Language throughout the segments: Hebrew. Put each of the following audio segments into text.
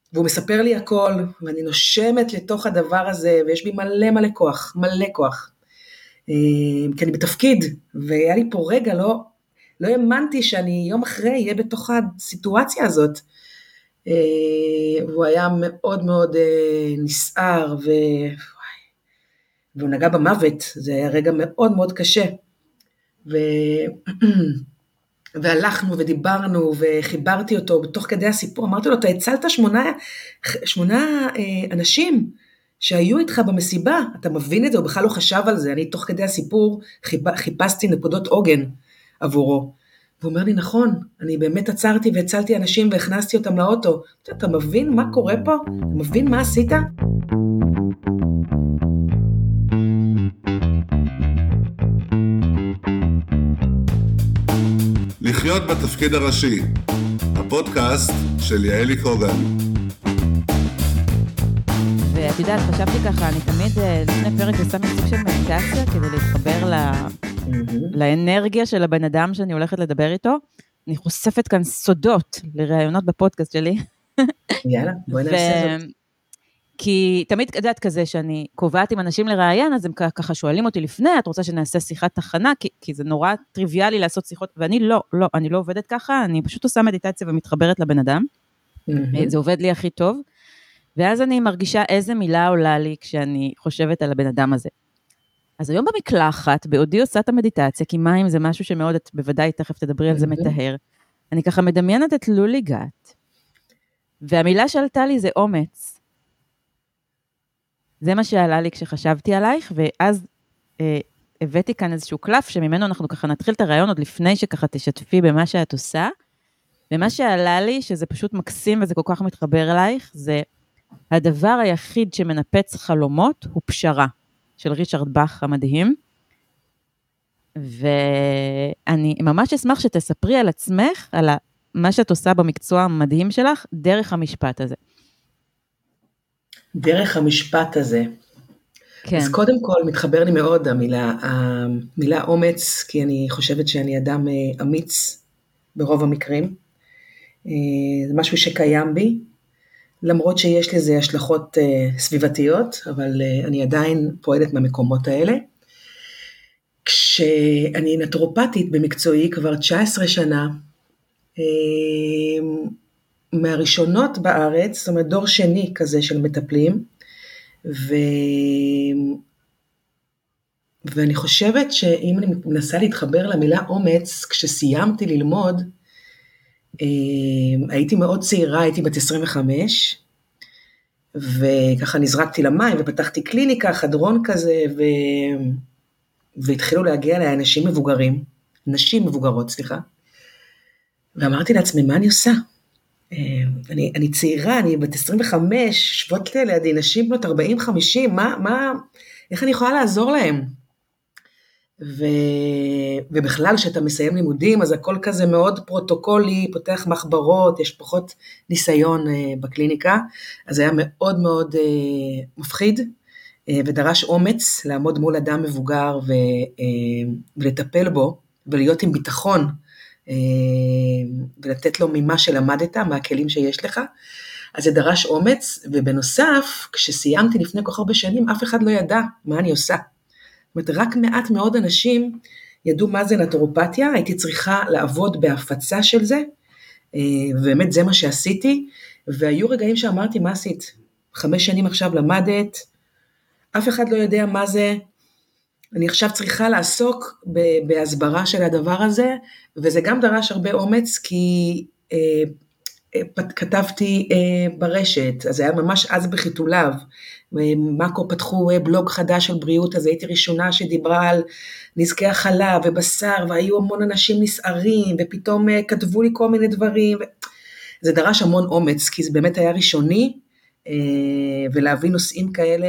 והוא מספר לי הכל, ואני נושמת לתוך הדבר הזה, ויש בי מלא מלא כוח, מלא כוח. כי אני בתפקיד, והיה לי פה רגע, לא האמנתי שאני יום אחרי אהיה בתוך הסיטואציה הזאת. והוא היה מאוד מאוד נסער, והוא נגע במוות, זה היה רגע מאוד מאוד קשה. והלכנו ודיברנו, וחיברתי אותו בתוך כדי הסיפור, אמרתי לו, אתה הצלת 8 אנשים, שהיו איתך במסיבה, אתה מבין את זה, הוא בכלל לא חשב על זה, אני תוך כדי הסיפור חיפשתי נקודות עוגן עבורו, והוא אומר לי, נכון, אני באמת עצרתי והצלתי אנשים והכנסתי אותם לאוטו, אתה מבין מה קורה פה? אתה מבין מה עשית? לחיות בתפקיד הראשי, הפודקאסט של יעלי קוגן. ואת יודעת, חשבתי ככה, אני תמיד לפני פרק ושמתי סוג של מדיטציה, כדי להתחבר לאנרגיה של הבן אדם שאני הולכת לדבר איתו. אני חושפת כאן סודות לראיונות בפודקאסט שלי. יאללה, בואי נעשה זאת. כי תמיד יודעת כזה שאני קובעת עם אנשים לראיין, אז הם ככה שואלים אותי לפני, את רוצה שנעשה שיחת תחנה, כי זה נורא טריוויאלי לעשות שיחות, ואני אני לא עובדת ככה, אני פשוט עושה מדיטציה ומתחברת לבן אדם. זה עובד לי הכי טוב. ואז אני מרגישה איזה מילה עולה לי כשאני חושבת על הבן אדם הזה. אז היום במקלחת, בעודי עושה את המדיטציה, כי מים זה משהו שמאוד, את בוודאי תכף תדברי על זה מטהר, אני ככה מדמיינת את לולי גת, והמילה שעלתה לי זה אומץ. זה מה שעלה לי כשחשבתי עלייך, ואז הבאתי כאן איזשהו קלף, שממנו אנחנו ככה נתחיל את הרעיון, עוד לפני שככה תשתפי במה שאת עושה, ומה שעלה לי, שזה פשוט מקסים, וזה כל כך מתחבר אלייך, זה הדבר היחיד שמנפץ חלומות, הוא פשרה, של ריצ'רד באך המדהים, ואני ממש אשמח שתספרי על עצמך, על מה שאת עושה במקצוע המדהים שלך, דרך המשפט הזה. דרך המשפט הזה. כן. אז קודם כל מתחבר לי מאוד המילה אומץ, כי אני חושבת שאני אדם אמיץ ברוב המקרים. זה משהו שקיים בי, למרות שיש לזה השלכות סביבתיות, אבל אני עדיין פועלת מהמקומות האלה. כשאני נטורופטית במקצועי כבר 19 שנה, מהראשונות בארץ, זאת אומרת דור שני כזה של מטפלים, ואני חושבת שאם אני מנסה להתחבר למילה אומץ, כשסיימתי ללמוד, הייתי מאוד צעירה, הייתי בת 25, וככה נזרקתי למים, ופתחתי קליניקה, חדרון כזה, והתחילו להגיע אליי נשים מבוגרות, ואמרתי לעצמי, מה אני עושה? אני צעירה, אני בת 25, שוות לידי, נשים בנות 40-50, איך אני יכולה לעזור להם? ובכלל, שאתה מסיים לימודים, אז הכל כזה מאוד פרוטוקולי, פותח מחברות, יש פחות ניסיון בקליניקה, אז זה היה מאוד מאוד מפחיד, ודרש אומץ לעמוד מול אדם מבוגר ולטפל בו, ולהיות עם ביטחון, ולתת לו ממה שלמדת, מהכלים שיש לך, אז זה דרש אומץ, ובנוסף, כשסיימתי לפני כל כך הרבה שנים, אף אחד לא ידע מה אני עושה. זאת אומרת, רק מעט מאוד אנשים ידעו מה זה נטורופתיה, הייתי צריכה לעבוד בהפצה של זה, ובאמת זה מה שעשיתי, והיו רגעים שאמרתי, מה עשית? 5 שנים עכשיו למדת, אף אחד לא יודע מה זה, אני עכשיו צריכה לעסוק בהסברה של הדבר הזה, וזה גם דרש הרבה אומץ, כי כתבתי ברשת, אז זה היה ממש אז בחיתוליו, מאקו פתחו בלוג חדש של בריאות, אז הייתי ראשונה שדיברה על נזקי החלב ובשר, והיו המון אנשים נסערים, ופתאום כתבו לי כל מיני דברים, זה דרש המון אומץ, כי זה באמת היה ראשוני, ולהביא נושאים כאלה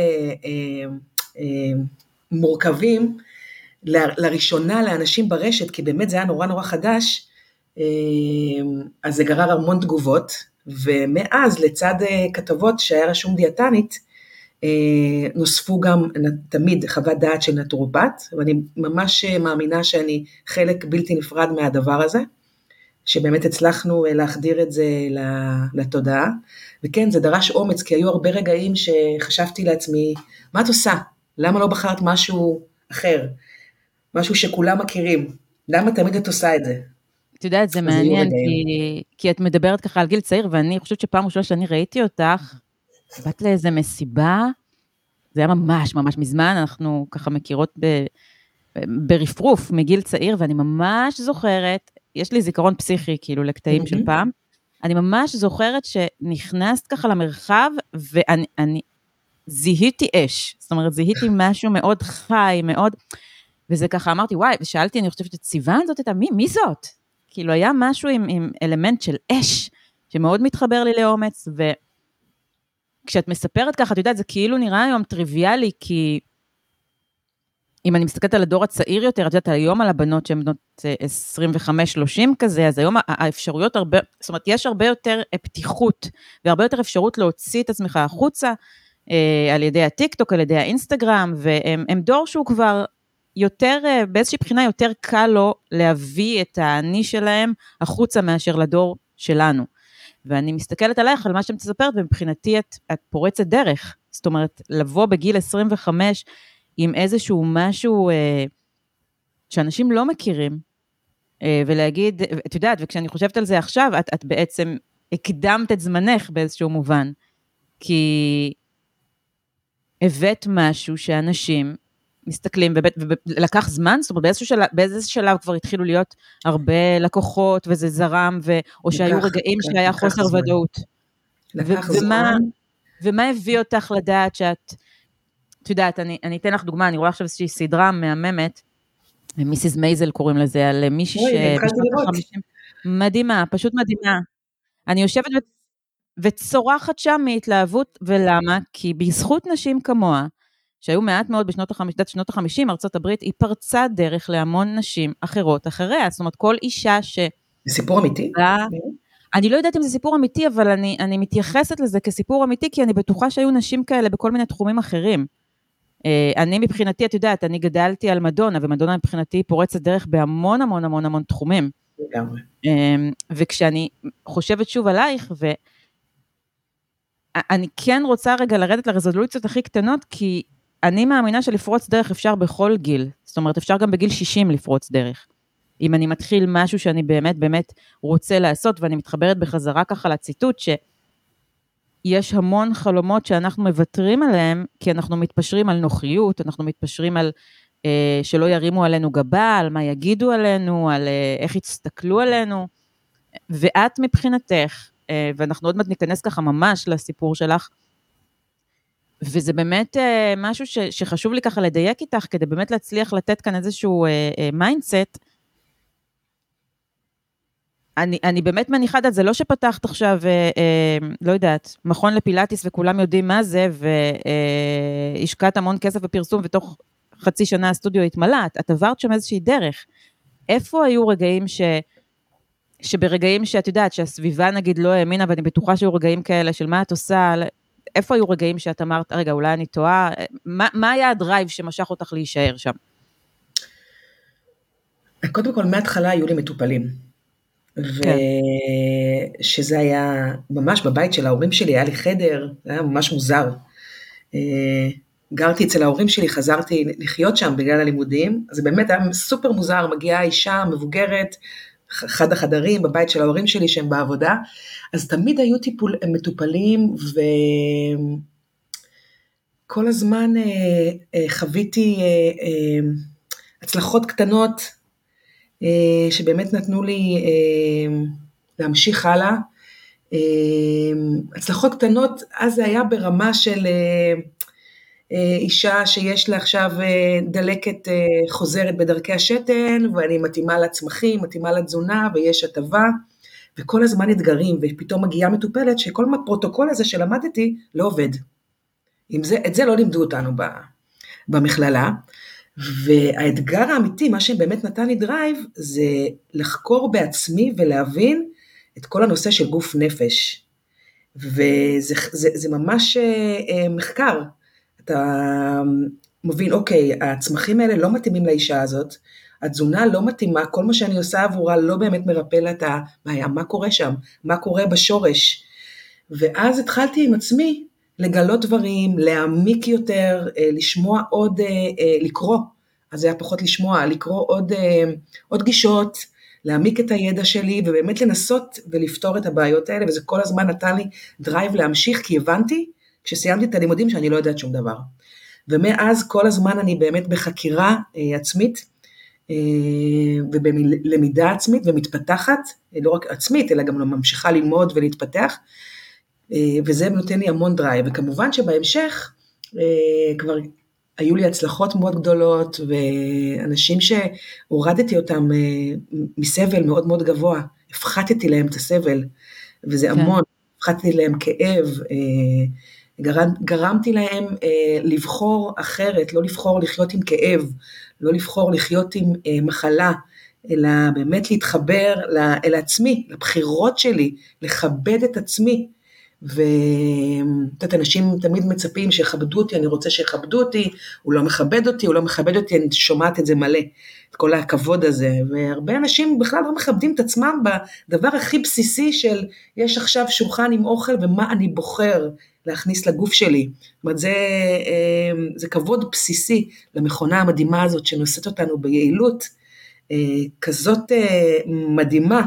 מורכבים, לראשונה לאנשים ברשת, כי באמת זה היה נורא נורא חדש, אז זה גרר המון תגובות, ומאז לצד כתבות שהיה רשום דיאטנית, נוספו גם תמיד חוות דעת של נטורופט, ואני ממש מאמינה שאני חלק בלתי נפרד מהדבר הזה, שבאמת הצלחנו להחדיר את זה לתודעה, וכן, זה דרש אומץ, כי היו הרבה רגעים שחשבתי לעצמי, מה את עושה? למה לא בחרת משהו אחר? משהו שכולם מכירים? למה תמיד את עושה את זה? את יודעת, זה מעניין, כי את מדברת ככה על גיל צעיר, ואני חושבת שפעם ראשונה שאני ראיתי אותך, באת לאיזה מסיבה, זה היה ממש ממש מזמן, אנחנו ככה מכירות ברפרוף מגיל צעיר, ואני ממש זוכרת, יש לי זיכרון פסיכי כאילו לקטעים של פעם, אני ממש זוכרת שנכנסת ככה למרחב, ואני זיהיתי אש, זאת אומרת, זיהיתי משהו מאוד חי, מאוד, וזה ככה אמרתי, וואי, ושאלתי, אני חושבת שציוון זאת הייתה, מי זאת? כאילו היה משהו עם אלמנט של אש, שמאוד מתחבר לי לאומץ, וכשאת מספרת ככה, את יודעת, זה כאילו נראה היום טריוויאלי, כי אם אני מסתכלת על הדור הצעיר יותר, את יודעת, היום על הבנות שהן בנות 25-30 כזה, אז היום האפשרויות הרבה, זאת אומרת, יש הרבה יותר פתיחות, והרבה יותר אפשרות להוציא את עצמך החוצה, על ידי הטיקטוק, על ידי האינסטגרם, והם דור שהוא כבר יותר, באיזושהי בחינה יותר קל לו להביא את האני שלהם החוצה מאשר לדור שלנו. ואני מסתכלת עלייך על מה שאתם תספרת, ומבחינתי את פורצת דרך. זאת אומרת, לבוא בגיל 25 עם איזשהו משהו שאנשים לא מכירים, ולהגיד, את יודעת, וכשאני חושבת על זה עכשיו, את בעצם הקדמת את זמנך באיזשהו מובן, כי הבאת משהו שאנשים מסתכלים, ולקח זמן, זאת אומרת, באיזשהו שלב כבר התחילו להיות הרבה לקוחות, וזה זרם, או שהיו רגעים שהיה חוסר ודאות. לקח זמן. ומה הביא אותך לדעת שאת, את יודעת, אני אתן לך דוגמה, אני רואה עכשיו איזושהי סדרה מהממת, מיסיס מייזל קוראים לזה, על מישהי שבשנות ה-50, מדהימה, פשוט מדהימה. אני יושבת וצורחת שם מהתלהבות, ולמה? כי בזכות נשים כמוה, שהיו מעט מאוד בשנות ה-50, ארצות הברית, היא פרצה דרך להמון נשים אחרות אחריה, זאת אומרת, כל אישה זה סיפור אמיתי? אני לא יודעת אם זה סיפור אמיתי, אבל אני מתייחסת לזה כסיפור אמיתי, כי אני בטוחה שהיו נשים כאלה בכל מיני תחומים אחרים. אני מבחינתי, את יודעת, אני גדלתי על מדונה, ומדונה מבחינתי פורצת דרך בהמון המון המון המון תחומים. לגמרי. וכשאני חושבת שוב עלייך, ואני כן רוצה רגע לרדת לרזולוציות הכי קטנות, כי אני מאמינה שלפרוץ דרך אפשר בכל גיל, זאת אומרת, אפשר גם בגיל 60 לפרוץ דרך. אם אני מתחיל משהו שאני באמת באמת רוצה לעשות, ואני מתחברת בחזרה ככה לציטוט, שיש המון חלומות שאנחנו מוותרים עליהם, כי אנחנו מתפשרים על נוחיות, אנחנו מתפשרים על שלא ירימו עלינו גבה, על מה יגידו עלינו, על איך יסתכלו עלינו, ואת מבחינתך, ואנחנו עוד מעט ניכנס ככה ממש לסיפור שלך, וזה באמת משהו שחשוב לי ככה לדייק איתך, כדי באמת להצליח לתת כאן איזשהו מיינדסט. אני באמת מניחה את זה, לא שפתחת עכשיו, לא יודעת, מכון לפילאטיס וכולם יודעים מה זה, והשקעת המון כסף בפרסום, ותוך חצי שנה הסטודיו התמלא, את עברת שם איזושהי דרך. איפה היו רגעים שברגעים שאת יודעת, שהסביבה נגיד לא האמינה, ואני בטוחה שהיו רגעים כאלה של מה את עושה, איפה היו רגעים שאת אמרת, רגע, אולי אני טועה, מה היה הדרייב שמשך אותך להישאר שם? קודם כל, מההתחלה היו לי מטופלים, ושזה היה ממש בבית של ההורים שלי, היה לי חדר, זה היה ממש מוזר. גרתי אצל ההורים שלי, חזרתי לחיות שם בגלל הלימודים, אז זה באמת היה סופר מוזר, מגיעה אישה מבוגרת, אחד החדרים בבית של ההורים שלי שהם בעבודה, אז תמיד היו מטופלים, וכל הזמן חוויתי הצלחות קטנות, שבאמת נתנו לי להמשיך הלאה, הצלחות קטנות, אז זה היה ברמה של אישה שיש לה עכשיו דלקת חוזרת בדרכי השתן, ואני מתאימה לצמחים, מתאימה לתזונה, ויש הטבה, וכל הזמן אתגרים, ופתאום מגיעה מטופלת, שכל הפרוטוקול הזה שלמדתי לא עובד. את זה לא לימדו אותנו במכללה, והאתגר האמיתי, מה שבאמת נתן לי דרייב, זה לחקור בעצמי ולהבין את כל הנושא של גוף נפש. וזה ממש מחקר. אתה מבין, אוקיי, הצמחים האלה לא מתאימים לאישה הזאת, התזונה לא מתאימה, כל מה שאני עושה עבורה לא באמת מרפא לה את הבעיה, מה קורה שם, מה קורה בשורש. ואז התחלתי עם עצמי לגלות דברים, להעמיק יותר, לשמוע עוד, לקרוא, אז זה היה פחות לשמוע, לקרוא עוד גישות, להעמיק את הידע שלי, ובאמת לנסות ולפתור את הבעיות האלה, וזה כל הזמן נתן לי דרייב להמשיך, כי הבנתי, כשסיימתי את הלימודים, שאני לא יודעת שום דבר. ומאז כל הזמן אני באמת בחקירה עצמית, ובלמידה עצמית ומתפתחת, לא רק עצמית, אלא גם ממשיכה ללמוד ולהתפתח, וזה נותן לי המון דרייב, וכמובן שבהמשך כבר היו לי הצלחות מאוד גדולות, ואנשים שהורדתי אותם מסבל מאוד מאוד גבוה, הפחתתי להם את הסבל, וזה המון, הפחתתי להם כאב, גרמתי להם לבחור אחרת, לא לבחור לחיות עם כאב, לא לבחור לחיות עם מחלה, אלא באמת להתחבר אל עצמי, לבחירות שלי, לכבד את עצמי, אנשים תמיד מצפים שיכבדו אותי, אני רוצה שיכבדו אותי, הוא לא מכבד אותי, הוא לא מכבד אותי, אני שומעת את זה מלא, את כל הכבוד הזה, והרבה אנשים בכלל לא מכבדים את עצמם בדבר הכי בסיסי של, יש עכשיו שולחן עם אוכל, ומה אני בוחר להכניס לגוף שלי, זאת אומרת, זה כבוד בסיסי למכונה המדהימה הזאת, שנושאת אותנו ביעילות, כזאת מדהימה,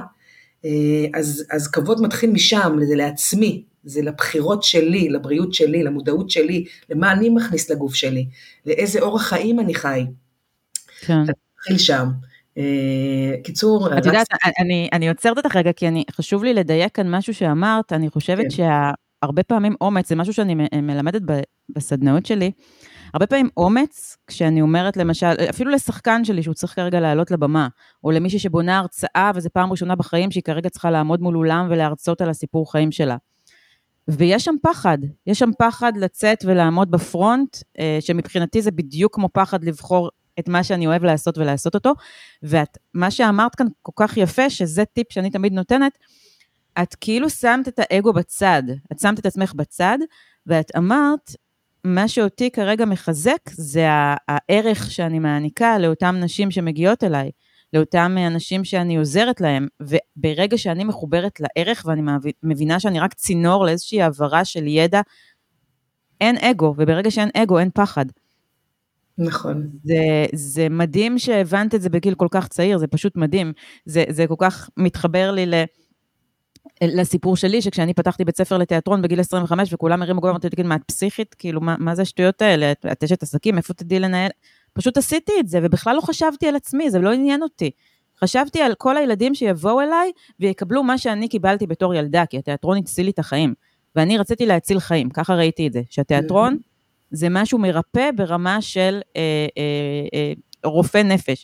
אז כבוד מתחיל משם, זה לעצמי, זה לבחירות שלי, לבריאות שלי, למודעות שלי, למה אני מכניס לגוף שלי, לאיזה אורח חיים אני חי. כן. תתחיל שם. קיצור... את יודעת, אני עוצרת אותך רגע, כי חשוב לי לדייק כאן משהו שאמרת, אני חושבת שהרבה פעמים אומץ, זה משהו שאני מלמדת בסדנאות שלי, הרבה פעמים אומץ, כשאני אומרת למשל, אפילו לשחקן שלי שהוא צריך כרגע לעלות לבמה, או למישהי שבונה הרצאה, וזה פעם ראשונה בחיים שהיא כרגע צריכה לעמוד מול אולם ולהרצות על הסיפור חיים שלה. ויש שם פחד, יש שם פחד לצאת ולעמוד בפרונט, שמבחינתי זה בדיוק כמו פחד לבחור את מה שאני אוהב לעשות ולעשות אותו, ומה שאמרת כאן כל כך יפה, שזה טיפ שאני תמיד נותנת, את כאילו שמת את האגו בצד, את שמת את עצמך בצד, ואת אמרת, מה שאותי כרגע מחזק, זה הערך שאני מעניקה לאותם נשים שמגיעות אליי, לאותם אנשים שאני עוזרת להם, וברגע שאני מחוברת לערך, ואני מבינה שאני רק צינור לאיזושהי העברה של ידע, אין אגו, וברגע שאין אגו, אין פחד. נכון. זה מדהים שהבנת את זה בגיל כל כך צעיר, זה פשוט מדהים, זה כל כך מתחבר לי לסיפור שלי, שכשאני פתחתי בית ספר לתיאטרון בגיל 25, וכולם הרימו גובה, אמרתי, תגיד, מה את פסיכית? כאילו, מה זה השטויות האלה? את אשת עסקים, איפה תדעי לנהל? פשוט עשיתי את זה, ובכלל לא חשבתי על עצמי, זה לא עניין אותי. חשבתי על כל הילדים שיבואו אליי, ויקבלו מה שאני קיבלתי בתור ילדה, כי התיאטרון הציל לי את החיים, ואני רציתי להציל חיים, ככה ראיתי את זה, שהתיאטרון זה משהו מרפא ברמה של רופא נפש.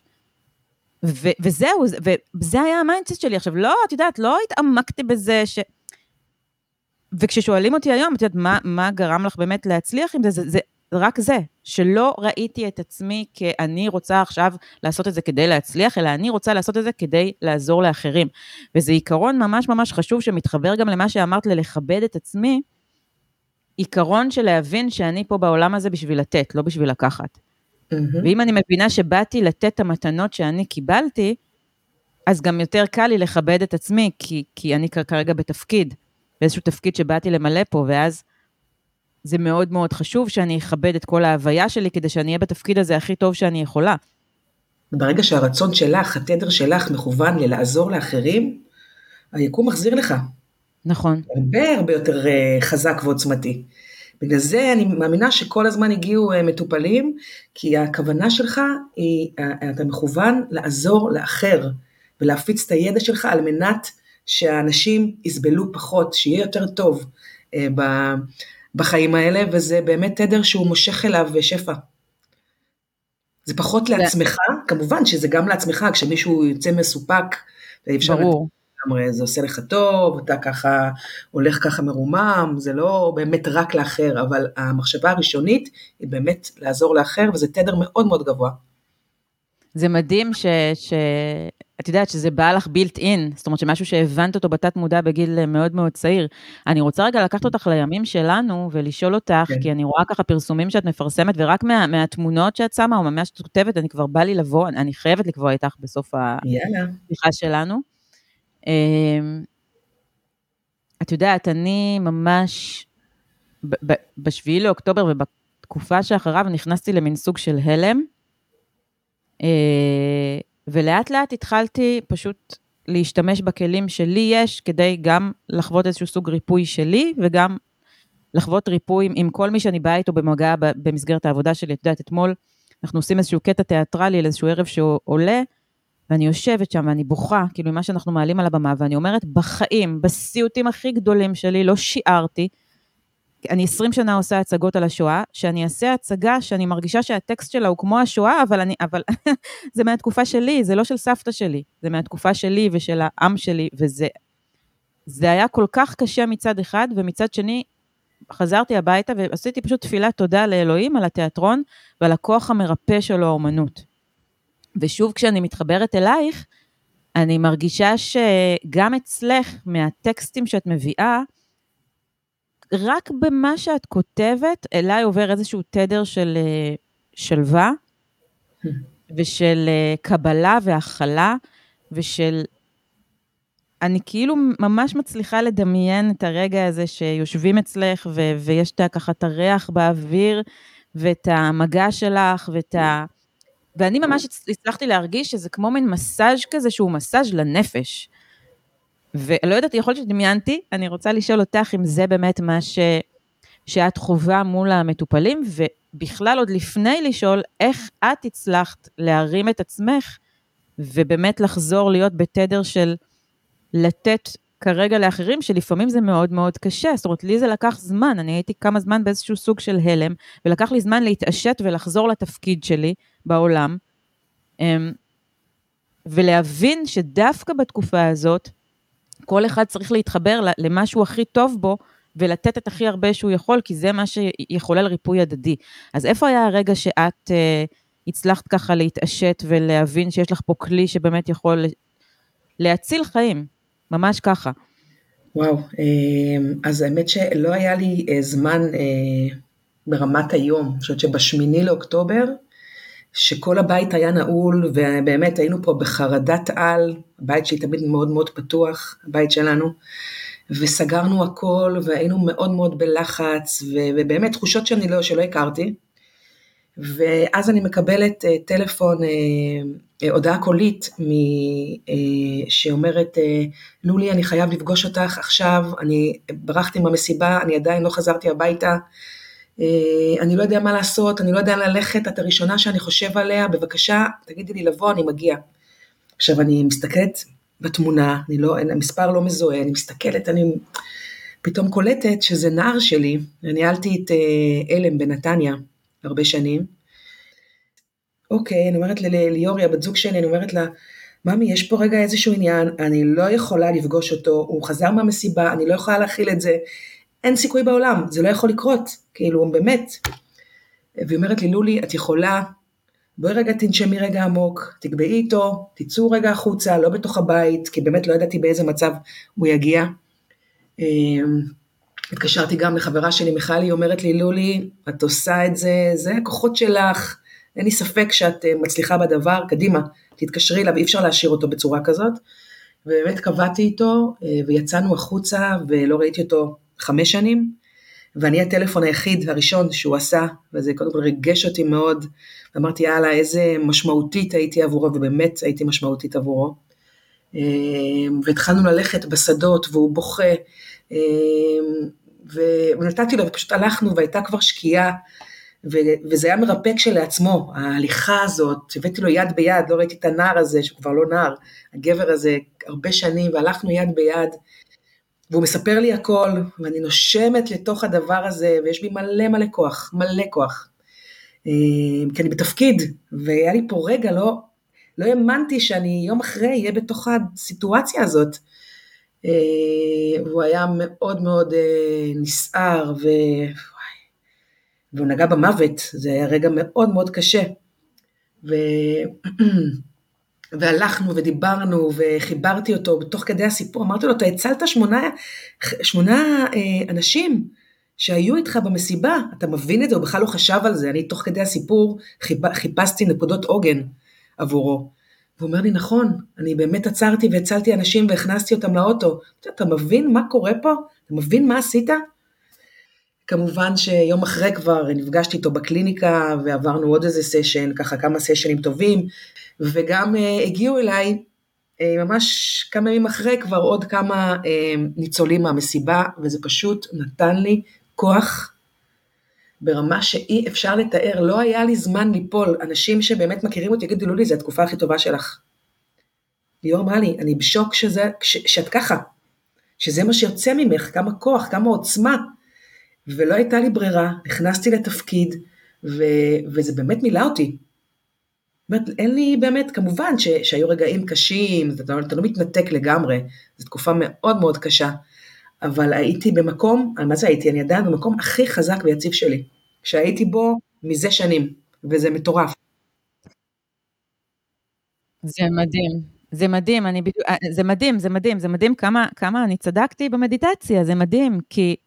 וזהו, וזה היה המיינדסט שלי. עכשיו, לא, את יודעת, לא התעמקתי בזה וכששואלים אותי היום, את יודעת, מה גרם לך באמת להצליח עם זה? זה רק זה, שלא ראיתי את עצמי כאני רוצה עכשיו לעשות את זה כדי להצליח, אלא אני רוצה לעשות את זה כדי לעזור לאחרים. וזה עיקרון ממש ממש חשוב, שמתחבר גם למה שאמרת, לכבד את עצמי, עיקרון של להבין שאני פה בעולם הזה בשביל לתת, לא בשביל לקחת. ואם אני מבינה שבאתי לתת את המתנות שאני קיבלתי, אז גם יותר קל לי לכבד את עצמי, כי אני כרגע בתפקיד, באיזשהו תפקיד שבאתי למלא פה, ואז זה מאוד מאוד חשוב שאני אכבד את כל ההוויה שלי, כדי שאני אהיה בתפקיד הזה הכי טוב שאני יכולה. ברגע שהרצון שלך, התדר שלך מכוון ללעזור לאחרים, היקום מחזיר לך. נכון. הרבה יותר חזק ועוצמתי. בגלל זה אני מאמינה שכל הזמן הגיעו מטופלים, כי הכוונה שלך היא, אתה מכוון לעזור לאחר, ולהפיץ את הידע שלך על מנת שהאנשים יסבלו פחות, שיהיה יותר טוב בחיים האלה, וזה באמת תדר שהוא מושך אליו שפע. זה פחות לעצמך, כמובן שזה גם לעצמך, כשמישהו יוצא מסופק, ברור. זה עושה לך טוב, אתה ככה הולך ככה מרומם, זה לא באמת רק לאחר, אבל המחשבה הראשונית היא באמת לעזור לאחר, וזה תדר מאוד מאוד גבוה. זה מדהים את יודעת שזה בא לך built in, זאת אומרת שמשהו שהבנת אותו בתת מודע בגיל מאוד מאוד צעיר. אני רוצה רגע לקחת אותך לימים שלנו ולשאול אותך, כי אני רואה ככה פרסומים שאת מפרסמת, ורק מהתמונות שאת שמה, או ממש שאת כותבת, אני כבר בא לי לבוא, אני חייבת לקבוע איתך בסוף השיחה שלנו. את יודעת, אני ממש, בשביעי לאוקטובר ובתקופה שאחריו, נכנסתי למין סוג של הלם, ולאט לאט התחלתי פשוט להשתמש בכלים שלי יש, כדי גם לחוות איזשהו סוג ריפוי שלי, וגם לחוות ריפוי עם כל מי שאני באה איתו במגע במסגרת העבודה שלי. את יודעת, אתמול אנחנו עושים איזשהו קטע תיאטרלי, איזשהו ערב שעולה, ואני יושבת שם ואני בוכה, כאילו מה שאנחנו מעלים על הבמה, ואני אומרת, בחיים, בסיוטים הכי גדולים שלי, לא שיערתי, אני 20 שנה עושה הצגות על השואה, שאני אעשה הצגה שאני מרגישה שהטקסט שלה הוא כמו השואה, אבל זה מהתקופה שלי, זה לא של סבתא שלי, זה מהתקופה שלי ושל העם שלי, זה היה כל כך קשה מצד אחד, ומצד שני חזרתי הביתה ועשיתי פשוט תפילת תודה לאלוהים על התיאטרון, ועל הכוח המרפא שלו האומנות. ושוב כשאני מתחברת אלייך, אני מרגישה שגם אצלך, מהטקסטים שאת מביאה, רק במה שאת כותבת, אליי עובר איזשהו תדר של שלווה, ושל קבלה והכלה, ושל, אני כאילו ממש מצליחה לדמיין את הרגע הזה, שיושבים אצלך, ויש ככה את הריח באוויר, ואת המגע שלך, ואני ממש הצלחתי להרגיש שזה כמו מין מסאז' כזה, שהוא מסאז' לנפש. ולא יודעת, יכול להיות שדמיינתי, אני רוצה לשאול אותך אם זה באמת מה שאת חובה מול המטופלים, ובכלל עוד לפני לשאול, איך את הצלחת להרים את עצמך, ובאמת לחזור להיות בתדר של לתת כרגע לאחרים, שלפעמים זה מאוד מאוד קשה, זאת אומרת, לי זה לקח זמן, אני הייתי כמה זמן באיזשהו סוג של הלם, ולקח לי זמן להתעשת ולחזור לתפקיד שלי בעולם, ולהבין שדווקא בתקופה הזאת, כל אחד צריך להתחבר למשהו הכי טוב בו, ולתת את הכי הרבה שהוא יכול, כי זה מה שיכולל ריפוי הדדי. אז איפה היה הרגע שאת הצלחת ככה להתעשת, ולהבין שיש לך פה כלי שבאמת יכול להציל חיים, ממש ככה? וואו, אז האמת שלא היה לי זמן ברמת היום, אני חושבת שבשמיני לאוקטובר, שכל הבית היה נעול, ובאמת היינו פה בחרדת על, הבית שלי תמיד מאוד מאוד פתוח, הבית שלנו, וסגרנו הכל, והיינו מאוד מאוד בלחץ, ובאמת תחושות שלא הכרתי, ואז אני מקבלת טלפון, הודעה קולית, שאומרת, לולי, אני חייב לפגוש אותך עכשיו, אני ברחתי מהמסיבה, אני עדיין לא חזרתי הביתה, אני לא יודע מה לעשות, אני לא יודע ללכת, את הראשונה שאני חושב עליה, בבקשה, תגידי לי לבוא, אני מגיע. עכשיו אני מסתכלת בתמונה, המספר לא מזוהה, אני מסתכלת, אני פתאום קולטת שזה נער שלי, ניהלתי את אלם בנתניה, הרבה שנים. אוקיי, אני אומרת ליורי, הבת זוג שלי, אני אומרת לה, ממי, יש פה רגע איזשהו עניין, אני לא יכולה לפגוש אותו, הוא חזר מהמסיבה, אני לא יכולה להכיל את זה, אין סיכוי בעולם, זה לא יכול לקרות, כאילו, באמת. והיא אומרת לי, לולי, את יכולה, בואי רגע תנשמי רגע עמוק, תקבעי איתו, תצאו רגע החוצה, לא בתוך הבית, כי באמת לא ידעתי באיזה מצב הוא יגיע. התקשרתי גם לחברה שלי, מיכל, היא אומרת לי, לולי, את עושה את זה, זה הכוחות שלך, אין לי ספק שאת מצליחה בדבר, קדימה, תתקשרי אליו, אי אפשר להשאיר אותו בצורה כזאת. ובאמת קבעתי איתו, ויצאנו החוצה, ולא ראיתי אותו 5 שנים, ואני הטלפון היחיד הראשון שהוא עשה, וזה קודם כל ריגש אותי מאוד, ואמרתי, יאללה, איזה משמעותית הייתי עבורו, ובאמת הייתי משמעותית עבורו, והתחלנו ללכת בשדות, והוא בוכה, ונתתי לו, ופשוט הלכנו, והייתה כבר שקיעה, וזה היה מרפא כשלעצמו, ההליכה הזאת, הבאתי לו יד ביד, לא ראיתי את הנער הזה, שהוא כבר לא נער, הגבר הזה, הרבה שנים, והלכנו יד ביד, והוא מספר לי הכל, ואני נושמת לתוך הדבר הזה, ויש בי מלא מלא כוח, מלא כוח. כי אני בתפקיד, והיה לי פה רגע, לא האמנתי שאני יום אחרי יהיה בתוך הסיטואציה הזאת. והוא היה מאוד מאוד נסער, והוא נגע במוות, זה היה רגע מאוד מאוד קשה. והלכנו ודיברנו וחיברתי אותו בתוך כדי הסיפור, אמרתי לו, אתה הצלת 8 אנשים שהיו איתך במסיבה, אתה מבין את זה, הוא בכלל לא חשב על זה, אני תוך כדי הסיפור חיפשתי נקודות עוגן עבורו, והוא אומר לי, נכון, אני באמת עצרתי והצלתי אנשים והכנסתי אותם לאוטו, אתה מבין מה קורה פה? אתה מבין מה עשית? כמובן שיום אחרי כבר נפגשתי איתו בקליניקה, ועברנו עוד איזה סשן, ככה כמה סשנים טובים, וגם הגיעו אליי, ממש כמה ימים אחרי, כבר עוד כמה ניצולים מהמסיבה, וזה פשוט נתן לי כוח, ברמה שאי אפשר לתאר, לא היה לי זמן ליפול, אנשים שבאמת מכירים אותי, יגידו לי, זה התקופה הכי טובה שלך. ליאור אמרה לי, אני בשוק שאת ככה, שזה מה שיוצא ממך, כמה כוח, כמה עוצמה, ולא הייתה לי ברירה, נכנסתי לתפקיד, וזה באמת מילא אותי. אין לי באמת, כמובן שהיו רגעים קשים, אתה לא מתנתק לגמרי, זו תקופה מאוד מאוד קשה, אבל הייתי במקום, מה זה הייתי? אני עדיין במקום הכי חזק ויציב שלי, שהייתי בו מזה שנים, וזה מטורף. זה מדהים, זה מדהים, זה מדהים כמה אני צדקתי במדיטציה, זה מדהים, כי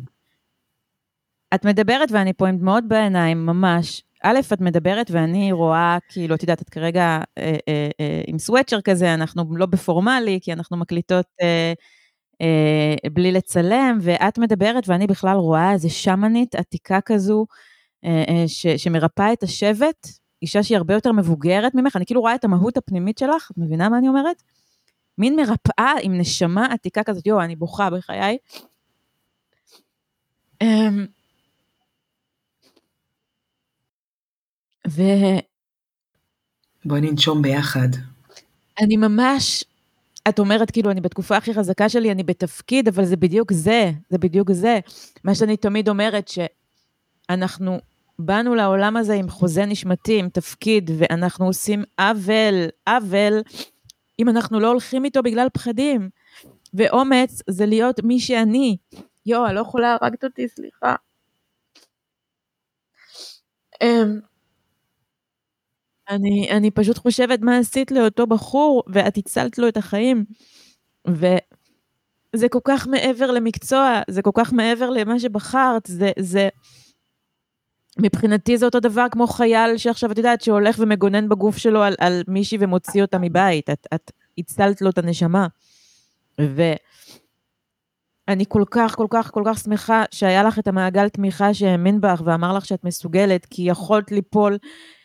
את מדברת ואני פה עם דמעות בעיניים, ממש. א', את מדברת ואני רואה, כאילו, את יודעת, את כרגע עם סוואצ'ר כזה, אנחנו לא בפורמלי, כי אנחנו מקליטות בלי לצלם, ואת מדברת ואני בכלל רואה איזה שמנית עתיקה כזו, שמרפאה את השבט, אישה שהיא הרבה יותר מבוגרת ממך, אני כאילו רואה את המהות הפנימית שלך, את מבינה מה אני אומרת? מין מרפאה עם נשמה עתיקה כזאת, אני בוכה בחיי. בואי ננשום ביחד. אני ממש, את אומרת כאילו אני בתקופה הכי חזקה שלי, אני בתפקיד, אבל זה בדיוק זה, זה בדיוק זה. מה שאני תמיד אומרת שאנחנו באנו לעולם הזה עם חוזה נשמתי, עם תפקיד, ואנחנו עושים עוול, אם אנחנו לא הולכים איתו בגלל פחדים. ואומץ זה להיות מי שאני. אני לא יכולה, הרגת אותי, סליחה. אני פשוט חושבת מה עשית לאותו בחור, ואת הצלת לו את החיים, וזה כל כך מעבר למקצוע, זה כל כך מעבר למה שבחרת, זה מבחינתי זה אותו דבר כמו חייל שעכשיו את יודעת שהולך ומגונן בגוף שלו על מישהי ומוציא אותה מבית, את הצלת לו את הנשמה, ואני כל כך שמחה שהיה לך את המעגל תמיכה שהאמין בך ואמר לך שאת מסוגלת, כי יכולת ליפול,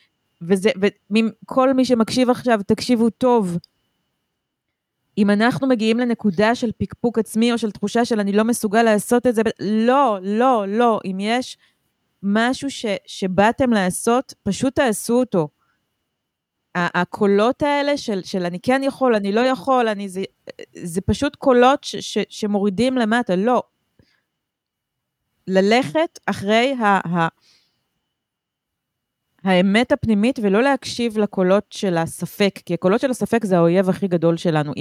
וכל מי שמקשיב עכשיו, תקשיבו טוב, אם אנחנו מגיעים לנקודה של פיקפוק עצמי, או של תחושה של אני לא מסוגל לעשות את זה, לא, אם יש משהו שבאתם לעשות, פשוט תעשו אותו. הקולות האלה של אני כן יכול, אני לא יכול, זה פשוט קולות שמורידים למטה, לא. ללכת אחרי האמת הפנימית, ולא להקשיב לקולות של הספק, כי הקולות של הספק זה האויב הכי גדול שלנו.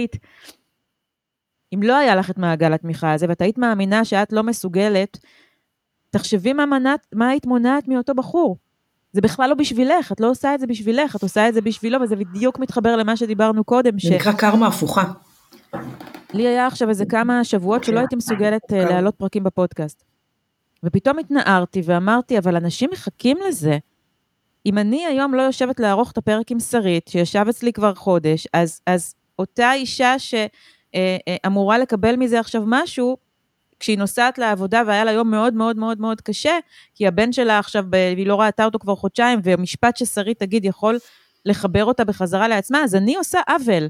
אם לא היה לך את מעגל התמיכה הזה, ואת היית מאמינה שאת לא מסוגלת, תחשבי מה היית מונעת מאותו בחור. זה בכלל לא בשבילך, את לא עושה את זה בשבילך, את עושה את זה בשבילו, וזה בדיוק מתחבר למה שדיברנו קודם. זה נקרא קרמה הפוכה. לי היה עכשיו איזה כמה שבועות שלא הייתי מסוגלת להעלות פרקים בפודקאסט. ופתאום התנערתי ואמרתי, אבל אנשים מחכים לזה. אם אני היום לא יושבת לערוך את הפרק עם שרית, שישב אצלי כבר חודש, אז אותה אישה שאמורה לקבל מזה עכשיו משהו, כשהיא נוסעת לעבודה והיה לה יום מאוד מאוד מאוד מאוד קשה, כי הבן שלה עכשיו, והיא לא ראתה אותו כבר חודשיים, ומשפט ששרית תגיד יכול לחבר אותה בחזרה לעצמה, אז אני עושה עוול.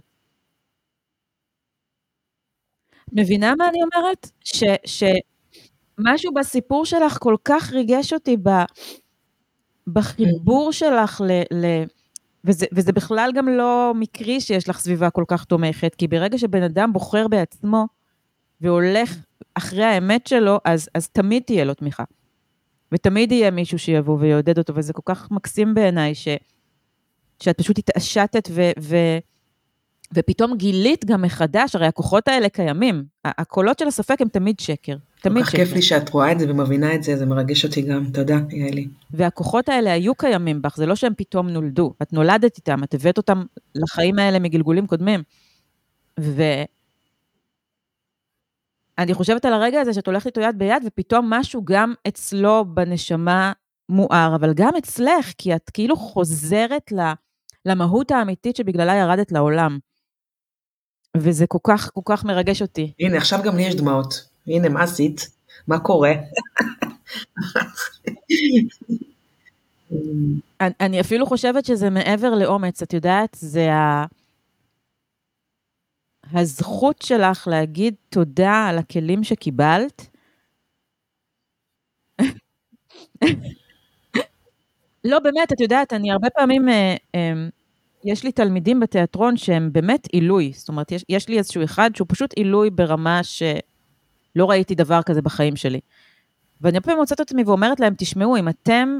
מבינה מה אני אומרת? שמשהו בסיפור שלך כל כך ריגש אותי בחיבור שלך וזה בכלל גם לא מקרי שיש לך סביבה כל כך תומכת, כי ברגע שבן אדם בוחר בעצמו, והולך אחרי האמת שלו, אז תמיד תהיה לו תמיכה. ותמיד יהיה מישהו שיבוא ויעודד אותו, וזה כל כך מקסים בעיניי, שאת פשוט התעשתת ופתאום גילית גם מחדש, הרי הכוחות האלה קיימים, הקולות של הספק הם תמיד שקר, תמיד שקר. כל כך כיף לי שאת רואה את זה ומבינה את זה, זה מרגש אותי גם, תודה, יעלי. והכוחות האלה היו קיימים בך, זה לא שהם פתאום נולדו, את נולדת איתם, את הבאת אותם לחיים האלה מגלגולים קודמים, ואני חושבת על הרגע הזה שאת הולכת איתו יד ביד, ופתאום משהו גם אצלו בנשמה מואר, אבל גם אצלך, כי את כאילו חוזרת למהות האמיתית שבגללה ירדת לעולם. וזה כל כך, כל כך מרגש אותי. הנה, עכשיו גם לי יש דמעות. הנה, מה עשית? מה קורה? אני אפילו חושבת שזה מעבר לאומץ, את יודעת, זה הזכות שלך להגיד תודה על הכלים שקיבלת. לא, באמת, את יודעת, אני הרבה פעמים, יש לי תלמידים בתיאטרון שהם באמת עילוי, זאת אומרת, יש לי איזשהו אחד שהוא פשוט עילוי ברמה שלא ראיתי דבר כזה בחיים שלי. ואני הרבה פעמים מוצאת אותי ואומרת להם, תשמעו, אם אתם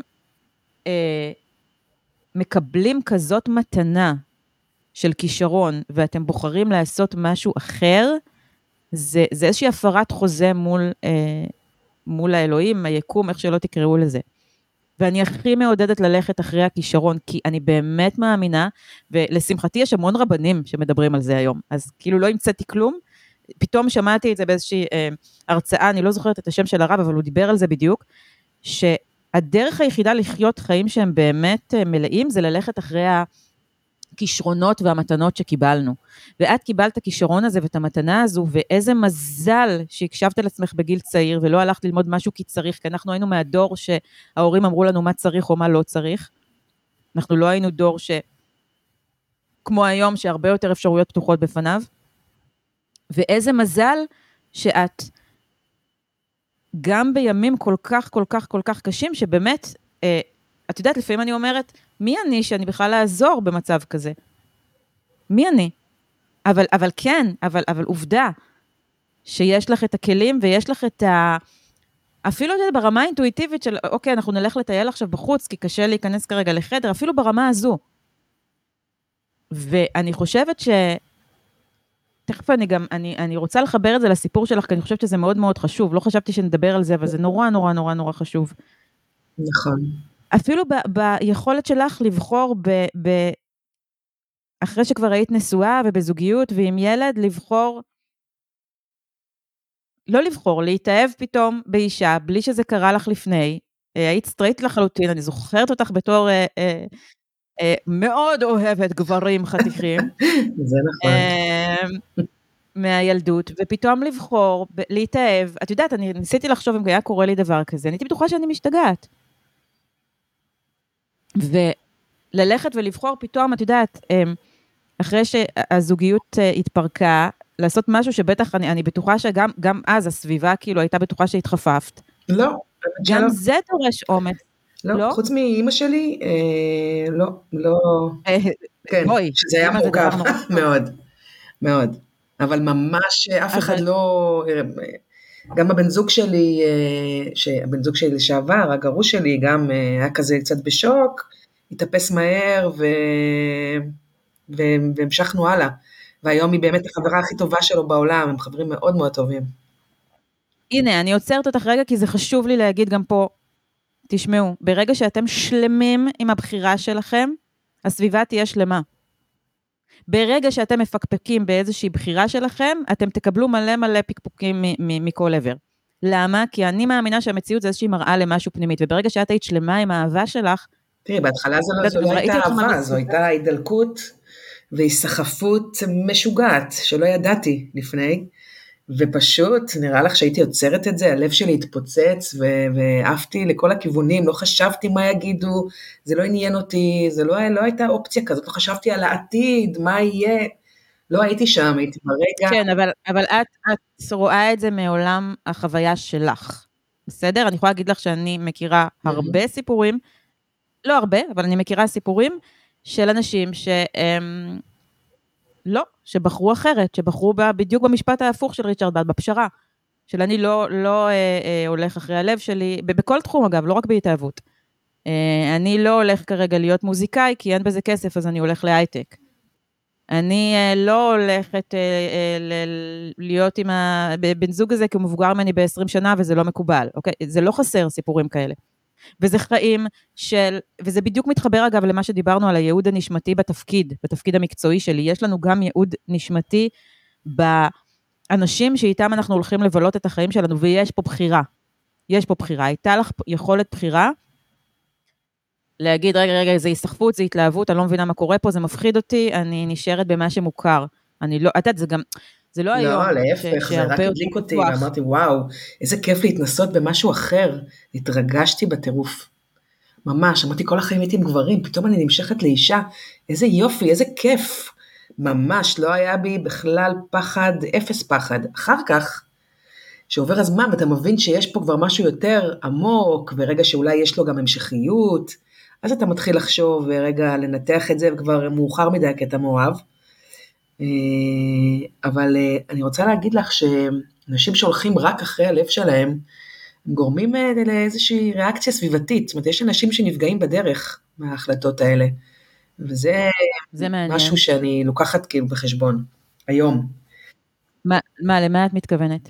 מקבלים כזאת מתנה של כישרון, ואתם בוחרים לעשות משהו אחר, זה איזושהי הפרת חוזה מול האלוהים, היקום, איך שלא תקראו לזה. ואני הכי מעודדת ללכת אחרי הכישרון, כי אני באמת מאמינה, ולשמחתי יש המון רבנים שמדברים על זה היום, אז כאילו לא המצאתי כלום, פתאום שמעתי את זה באיזושהי הרצאה, אני לא זוכרת את השם של הרב, אבל הוא דיבר על זה בדיוק, שהדרך היחידה לחיות חיים שהם באמת מלאים, זה ללכת אחרי הכישרונות והמתנות שקיבלנו. ואת קיבלת את הכישרון הזה ואת המתנה הזו, ואיזה מזל שהקשבת לעצמך בגיל צעיר, ולא הלכת ללמוד משהו כי צריך, כי אנחנו היינו מהדור שההורים אמרו לנו מה צריך או מה לא צריך. אנחנו לא היינו דור כמו היום, שהרבה יותר אפשרויות פתוחות בפניו. ואיזה מזל שאת גם בימים כל כך, כל כך, כל כך קשים, שבאמת, את יודעת, לפעמים אני אומרת, מי אני שאני בכלל לעזור במצב כזה? מי אני? אבל כן, אבל עובדה, שיש לך את הכלים, ויש לך את אפילו ברמה האינטואיטיבית של, אוקיי, אנחנו נלך לטייל עכשיו בחוץ, כי קשה להיכנס כרגע לחדר, אפילו ברמה הזו. ואני חושבת תכף אני רוצה לחבר את זה לסיפור שלך, כי אני חושבת שזה מאוד מאוד חשוב, לא חשבתי שנדבר על זה, אבל זה נורא נורא נורא נורא חשוב. נכון. אפילו ביכולת שלך לבחור אחרי שכבר היית נשואה ובזוגיות ועם ילד, לא לבחור, להתאהב פתאום באישה, בלי שזה קרה לך לפני, היית סטרייט לחלוטין, אני זוכרת אותך בתור מאוד אוהבת גברים חתיכים. זה נכון. מהילדות, ופתאום לבחור, להתאהב, את יודעת, אני ניסיתי לחשוב אם היה קורה לי דבר כזה, אני הייתי בטוחה שאני משתגעת. וללכת ולבחור פתאום, את יודעת, אחרי שהזוגיות התפרקה, לעשות משהו שבטח אני בטוחה שגם אז הסביבה כאילו הייתה בטוחה שהתחפפת. לא. גם זה דורש אומץ. לא, חוץ מאמא שלי, לא. כן, שזה היה מורכב מאוד, מאוד. אבל ממש אף אחד לא, גם הבן זוג שלי לשעבר, הגרוש שלי, גם היה כזה קצת בשוק, התאפס מהר, והמשכנו הלאה. והיום היא באמת החברה הכי טובה שלו בעולם, הם חברים מאוד מאוד טובים. הנה, אני עוצרת אותך רגע, כי זה חשוב לי להגיד גם פה, תשמעו, ברגע שאתם שלמים עם הבחירה שלכם, הסביבה תהיה שלמה. ברגע שאתם מפקפקים באיזושהי בחירה שלכם, אתם תקבלו מלא מלא פקפוקים מכל עבר. למה? כי אני מאמינה שהמציאות זה איזושהי מראה למשהו פנימית, וברגע שאת היית שלמה עם האהבה שלך, תראי, בהתחלה זו לא הייתה אהבה, זו הייתה הידלקות והיסחפות משוגעת, שלא ידעתי לפני, ופשוט נראה לך שהייתי יוצרת את זה, הלב שלי התפוצץ, ואהבתי לכל הכיוונים, לא חשבתי מה יגידו, זה לא עניין אותי, זה לא הייתה אופציה כזאת, לא חשבתי על העתיד, מה יהיה, לא הייתי שם, הייתי ברגע. כן, אבל את רואה את זה מעולם החוויה שלך, בסדר? אני יכולה להגיד לך שאני מכירה הרבה סיפורים, לא הרבה, אבל אני מכירה סיפורים של אנשים שהם לא, שבחרו אחרת, שבחרו בדיוק במשפט ההפוך של ריצ'רד בד, בפשרה, של אני לא הולך אחרי הלב שלי, בכל תחום אגב, לא רק בהתאהבות. אני לא הולך כרגע להיות מוזיקאי, כי אין בזה כסף, אז אני הולך להייטק. אני לא הולכת להיות עם הבן זוג הזה, כי הוא מבוגר ממני ב-20 שנה, וזה לא מקובל, אוקיי? זה לא חסר סיפורים כאלה. וזה חיים וזה בדיוק מתחבר אגב למה שדיברנו על הייעוד הנשמתי בתפקיד המקצועי שלי. יש לנו גם ייעוד נשמתי באנשים שאיתם אנחנו הולכים לבלות את החיים שלנו, ויש פה בחירה. יש פה בחירה. הייתה לך יכולת בחירה, להגיד, רגע, זה הסתחפות, זה התלהבות, אני לא מבינה מה קורה פה, זה מפחיד אותי, אני נשארת במה שמוכר. אני לא, את יודעת, זה גם, זה לא היום. לא, להפך, זה רק הדליק אותי, ואמרתי, וואו, איזה כיף להתנסות במשהו אחר. התרגשתי בטירוף. ממש, אמרתי, כל החיים הייתי עם גברים, פתאום אני נמשכת לאישה, איזה יופי, איזה כיף. ממש, לא היה בי בכלל פחד, אפס פחד. אחר כך, שעובר הזמן, ואתה מבין שיש פה כבר משהו יותר עמוק, ורגע שאולי יש לו גם המשכיות, אז אתה מתחיל לחשוב, ורגע לנתח את זה, וכבר מאוחר מדי, כי אתה מאוהב. אבל אני רוצה להגיד לך, שאנשים שהולכים רק אחרי הלב שלהם, הם גורמים לאיזושהי ריאקציה סביבתית, זאת אומרת, יש אנשים שנפגעים בדרך, מההחלטות האלה, וזה משהו שאני לוקחת כאילו בחשבון, היום. למה את מתכוונת?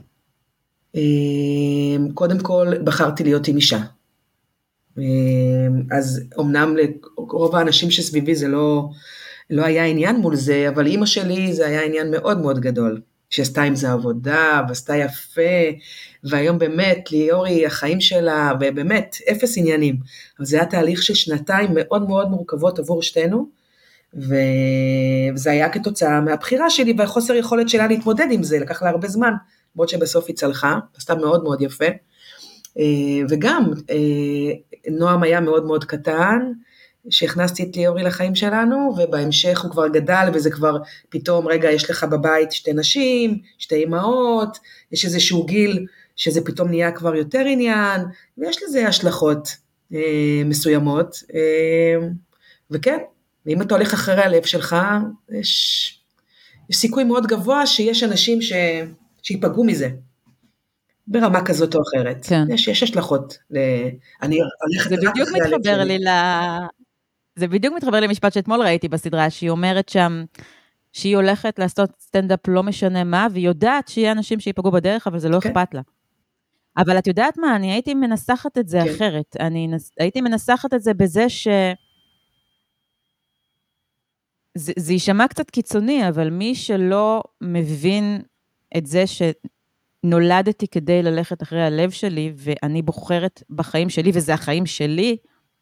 קודם כל, בחרתי להיות עם אישה. אז אמנם לרוב האנשים שסביבי זה לא היה עניין מול זה, אבל אמא שלי זה היה עניין מאוד מאוד גדול, שעשתה עם זה עבודה, ועשתה יפה, והיום באמת ליאורי החיים שלה, ובאמת אפס עניינים, אבל זה היה תהליך של שנתיים מאוד מאוד מורכבות עבור שתינו, וזה היה כתוצאה מהבחירה שלי, והחוסר יכולת שלה להתמודד עם זה, לקח לה הרבה זמן, בעוד שבסוף היא צלחה, עשתה מאוד מאוד יפה, וגם נועם היה מאוד מאוד קטן, שהכנסתי את ליאורי לחיים שלנו, ובהמשך הוא כבר גדל, וזה כבר פתאום, רגע, יש לך בבית שתי נשים, שתי אמהות, יש איזשהו גיל, שזה פתאום נהיה כבר יותר עניין, ויש לזה השלכות מסוימות, וכן, ואם אתה הולך אחרי הלב שלך, יש סיכוי מאוד גבוה, שיש אנשים שיפגעו מזה, ברמה כזאת או אחרת. כן. יש השלכות. אני הולכת רק אחרי הלב שלי. זה בדיוק מתחבר למשפט שאתמול ראיתי בסדרה, שהיא אומרת שם, שהיא הולכת לעשות סטנדאפ לא משנה מה, והיא יודעת שיהיה אנשים שיפגעו בדרך, אבל זה לא אכפת לה. אבל את יודעת מה, אני הייתי מנסחת את זה אחרת. הייתי מנסחת את זה בזה זה יישמע קצת קיצוני, אבל מי שלא מבין את זה שנולדתי כדי ללכת אחרי הלב שלי, ואני בוחרת בחיים שלי, וזה החיים שלי,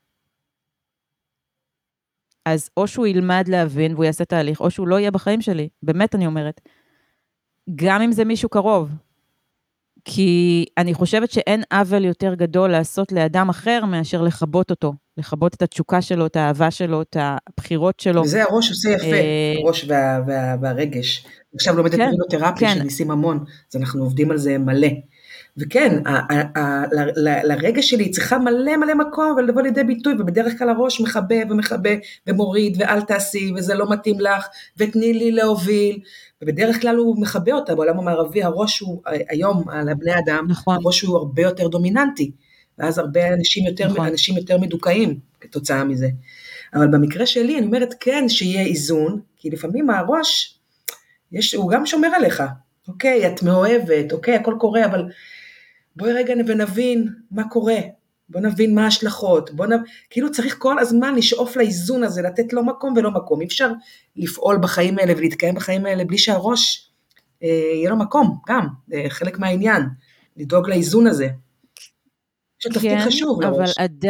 אז או שהוא ילמד להבין, והוא יעשה תהליך, או שהוא לא יהיה בחיים שלי. באמת אני אומרת. גם אם זה מישהו קרוב. כי אני חושבת שאין עוול יותר גדול לעשות לאדם אחר, מאשר לחבות אותו. לחבות את התשוקה שלו, את האהבה שלו, את הבחירות שלו. וזה הראש עושה יפה, הראש והרגש. עכשיו לומדת בריאותרפיה שניסים המון, אז אנחנו עובדים על זה מלא. וכן, לרגש שלי צריכה מלא מלא מקום, ולבוא לידי ביטוי, ובדרך כלל הראש מחבא ומחבא, ומוריד, ואל תעשי, וזה לא מתאים לך, ותני לי להוביל, ובדרך כלל הוא מחבא אותה, בעולם המערבי, הראש הוא, היום, על הבני אדם, נכון. הראש הוא הרבה יותר דומיננטי, ואז הרבה אנשים יותר מדוכאים, כתוצאה מזה. אבל במקרה שלי, אני אומרת, כן, שיהיה איזון, כי לפעמים הראש, הוא גם שומר עליך, אוקיי, את מאוהבת, אוקיי, הכל קורה, אבל בואי רגע ונבין מה קורה, בוא נבין מה ההשלכות, כאילו צריך כל הזמן לשאוף לאיזון הזה, לתת לו מקום ולא מקום, אי אפשר לפעול בחיים האלה ולהתקיים בחיים האלה, בלי שהראש יהיה לו מקום, גם, חלק מהעניין, לדאוג לאיזון הזה, שתפקיד חשוב לראש.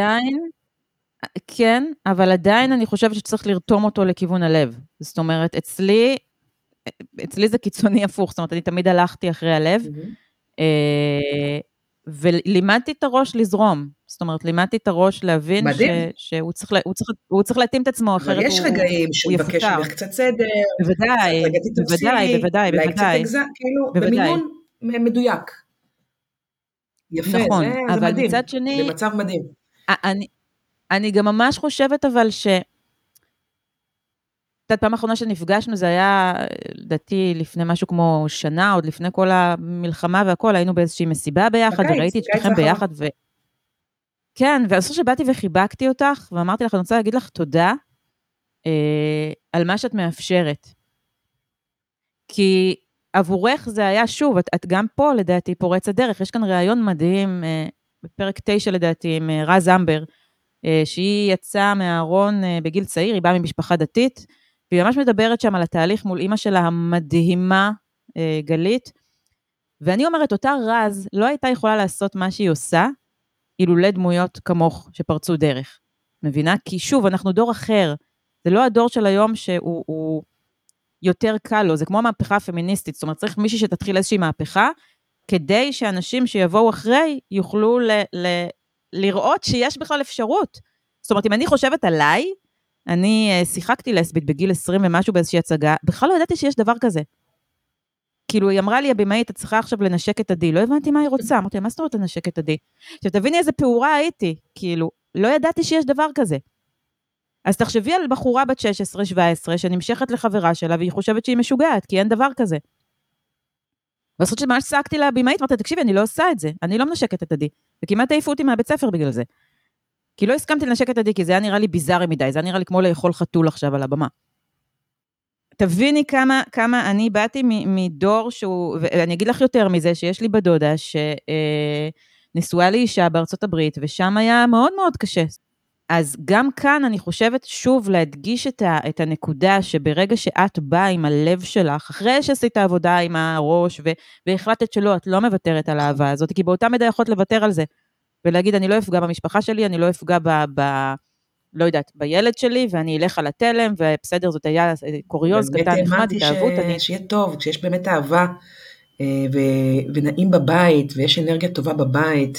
אבל עדיין אני חושבת שצריך לרתום אותו לכיוון הלב, זאת אומרת, אצלי זה קיצוני הפוך, זאת אומרת, אני תמיד הלכתי אחרי הלב, ולימדתי את הראש לזרום, זאת אומרת, לימדתי את הראש להבין שהוא צריך להתאים את עצמו, אחרת הוא יפוטר. אבל יש רגעים שהוא מבקש ממך קצת סדר, בוודאי, אולי קצת כאילו, במינון מדויק. יפה, זה מדהים, זה מצב מדהים. אני גם ממש חושבת אבל פעם האחרונה שנפגשנו, זה היה, לדעתי, לפני משהו כמו שנה, עוד לפני כל המלחמה והכל, היינו באיזושהי מסיבה ביחד, וראיתי את שתיכם ביחד, כן, ועשו שבאתי וחיבקתי אותך, ואמרתי לך, אני רוצה להגיד לך תודה, על מה שאת מאפשרת. כי עבורך זה היה שוב, את גם פה לדעתי פורץ הדרך, יש כאן ראיון מדהים, בפרק 9 לדעתי, עם רז אמבר, שהיא יצאה מהארון בגיל צעיר, היא באה ממשפחה דתית, והיא ממש מדברת שם על התהליך מול אמא שלה המדהימה, גלית, ואני אומרת, אותה רז לא הייתה יכולה לעשות מה שהיא עושה, אילולא דמויות כמוך שפרצו דרך. מבינה? כי שוב, אנחנו דור אחר, זה לא הדור של היום שהוא יותר קל לו, זה כמו המהפכה הפמיניסטית, זאת אומרת, צריך מישהי שתתחיל איזושהי מהפכה, כדי שאנשים שיבואו אחרי, יוכלו לראות שיש בכלל אפשרות. זאת אומרת, אם אני חושבת עליי, אני שיחקתי לסבית בגיל 20 ומשהו באיזושהי הצגה, בכלל לא ידעתי שיש דבר כזה. כאילו, היא אמרה לי, הבמאית, את צריכה עכשיו לנשק את עדי, לא הבנתי מה היא רוצה, אמרתי, מה זאת אומרת לנשק את עדי? עכשיו, תביני איזה פעורה הייתי, כאילו, לא ידעתי שיש דבר כזה. אז תחשבי על בחורה בת 16-17, שנמשכת לחברה שלה, והיא חושבת שהיא משוגעת, כי אין דבר כזה. ועשות שממש צעקתי לה הבמאית, אמרתי, תקשיבי, אני לא עושה את זה, אני לא מנשקת את עדי, וכמעט העיפו אותי מהבית ספר בגלל זה. כי לא הסכמתי לנשק את עדי, כי זה היה נראה לי ביזארי מדי, זה היה נראה לי כמו לאכול חתול עכשיו על הבמה. תביני כמה אני באתי מדור שהוא, ואני אגיד לך יותר מזה, שיש לי בדודה שנשואה לאישה בארצות הברית, ושם היה מאוד מאוד קשה. אז גם כאן אני חושבת שוב להדגיש את הנקודה, שברגע שאת באה עם הלב שלך, אחרי שעשית העבודה עם הראש, והחלטת שלא, את לא מוותרת על האהבה הזאת, כי באותה מידה יכולת לוותר על זה, ולהגיד, אני לא אפגע במשפחה שלי, אני לא אפגע לא יודעת, בילד שלי, ואני אלך על התלם, ובסדר, זאת היה קוריוז, קטן, נחמד, התאהבות. שיהיה טוב, כשיש באמת אהבה, ונעים בבית, ויש אנרגיה טובה בבית,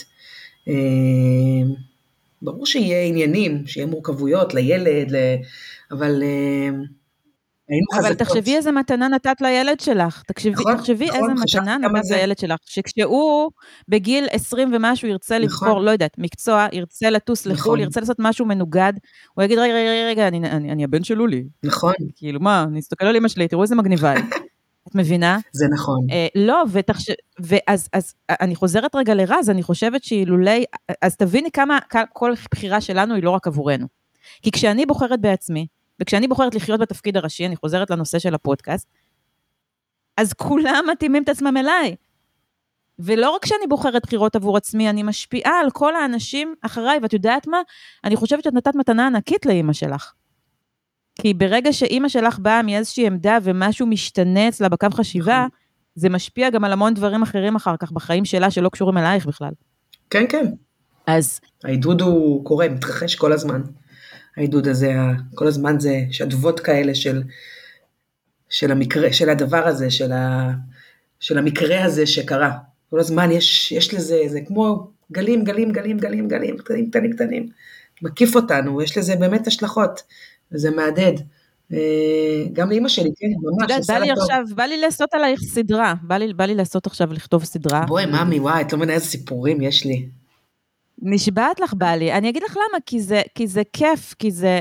ברור שיהיה עניינים, שיהיה מורכבויות לילד, אבל היינו חזקות. אבל תחשבי איזה מתנה נתת לילד שלך, תחשבי איזה מתנה נתת לילד שלך, שכשהוא בגיל 20 ומשהו ירצה לבחור, לא יודעת, מקצוע, ירצה לטוס לחול, ירצה לעשות משהו מנוגד, הוא יגיד, רגע, אני הבן של לולי. נכון. כאילו מה, אני אסתכל על אמא שלי, תראו איזה מגניבה. את מבינה? זה נכון. לא, ואז אני חוזרת רגע לרז, אני חושבת שאילולי, אז תביני כמה כל בחירה שלנו היא לא רק עבורנו. כי כשאני בוחרת בעצמי, וכשאני בוחרת לחיות בתפקיד הראשי, אני חוזרת לנושא של הפודקאסט, אז כולם מתאימים את עצמם אליי. ולא רק שאני בוחרת בחירות עבור עצמי, אני משפיעה על כל האנשים אחריי, ואת יודעת מה? אני חושבת שאת נתת מתנה ענקית לאמא שלך. כי ברגע שאמא שלך באה מאיזושהי עמדה, ומשהו משתנה אצלה בקו חשיבה, זה משפיע גם על המון דברים אחרים אחר כך, בחיים שלה, שלא קשורים אלייך בכלל. כן, כן. אז העידוד הוא קורה, מתרחש כל הזמן. העידוד הזה, כל הזמן זה שדבות כאלה של המקרה, של הדבר הזה, של המקרה הזה שקרה. כל הזמן יש לזה, זה כמו גלים, קטנים, מקיף אותנו, יש לזה באמת השלכות, וזה מעדד. גם לאמא שלי, כן, ממש. בא לי עכשיו, בא לי לעשות עלייך סדרה, בא לי לעשות עכשיו לכתוב סדרה. בואי, ממי, וואי, את לא מבינה איזה סיפורים יש לי. נשבעת לך בא לי, אני אגיד לך למה, כי זה כיף, כי זה,